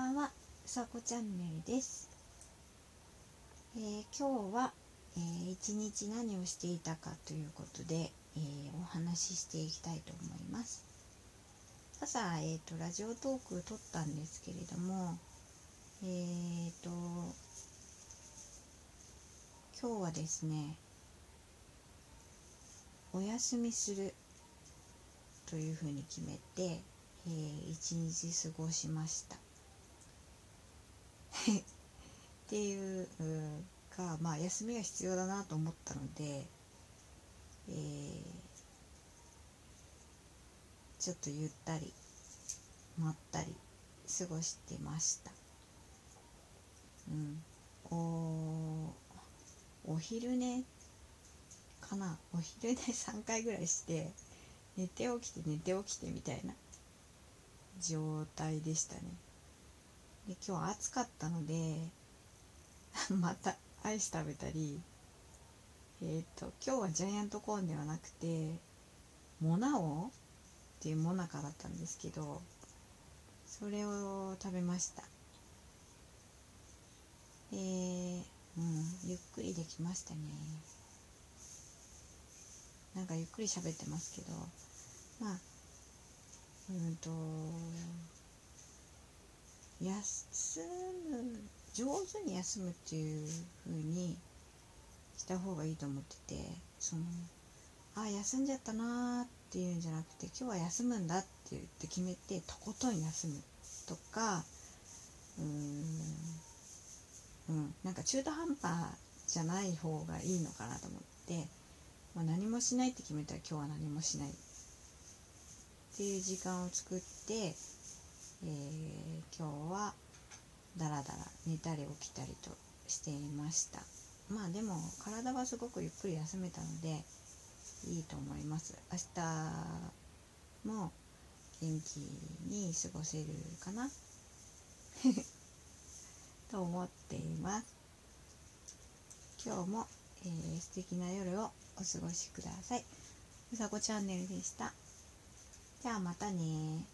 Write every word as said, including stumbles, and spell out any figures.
ばんは、うさこチャンネルです。えー、今日は、えー、一日何をしていたかということで、えー、お話ししていきたいと思います。朝、えーと、ラジオトーク撮ったんですけれども、えーと、今日はですね、お休みするというふうに決めて、えー、一日過ごしました。っていうか、まあ休みが必要だなと思ったので、えー、ちょっとゆったりまったり過ごしてました。うん、おお昼寝かなお昼寝さんかいぐらいして寝て起きて寝て起きてみたいな状態でしたね。で今日暑かったのでまたアイス食べたり、えっと今日はジャイアントコーンではなくてモナオっていうモナカだったんですけど、それを食べました。えー、うん、ゆっくりできましたね。なんかゆっくり喋ってますけど、まあうんと休む上手に休むっていう風にした方がいいと思ってて、そのあ休んじゃったなーっていうんじゃなくて、今日は休むんだって言って決めてとことん休むとか、うーん、うん、なんか中途半端じゃない方がいいのかなと思って、まあ、何もしないって決めたら今日は何もしないっていう時間を作って、えー、今日はだらだら寝たり起きたりとしていました。まあでも体はすごくゆっくり休めたのでいいと思います。明日も元気に過ごせるかなと思っています。今日も、えー、素敵な夜をお過ごしください。うさこチャンネルでした。じゃあまたね。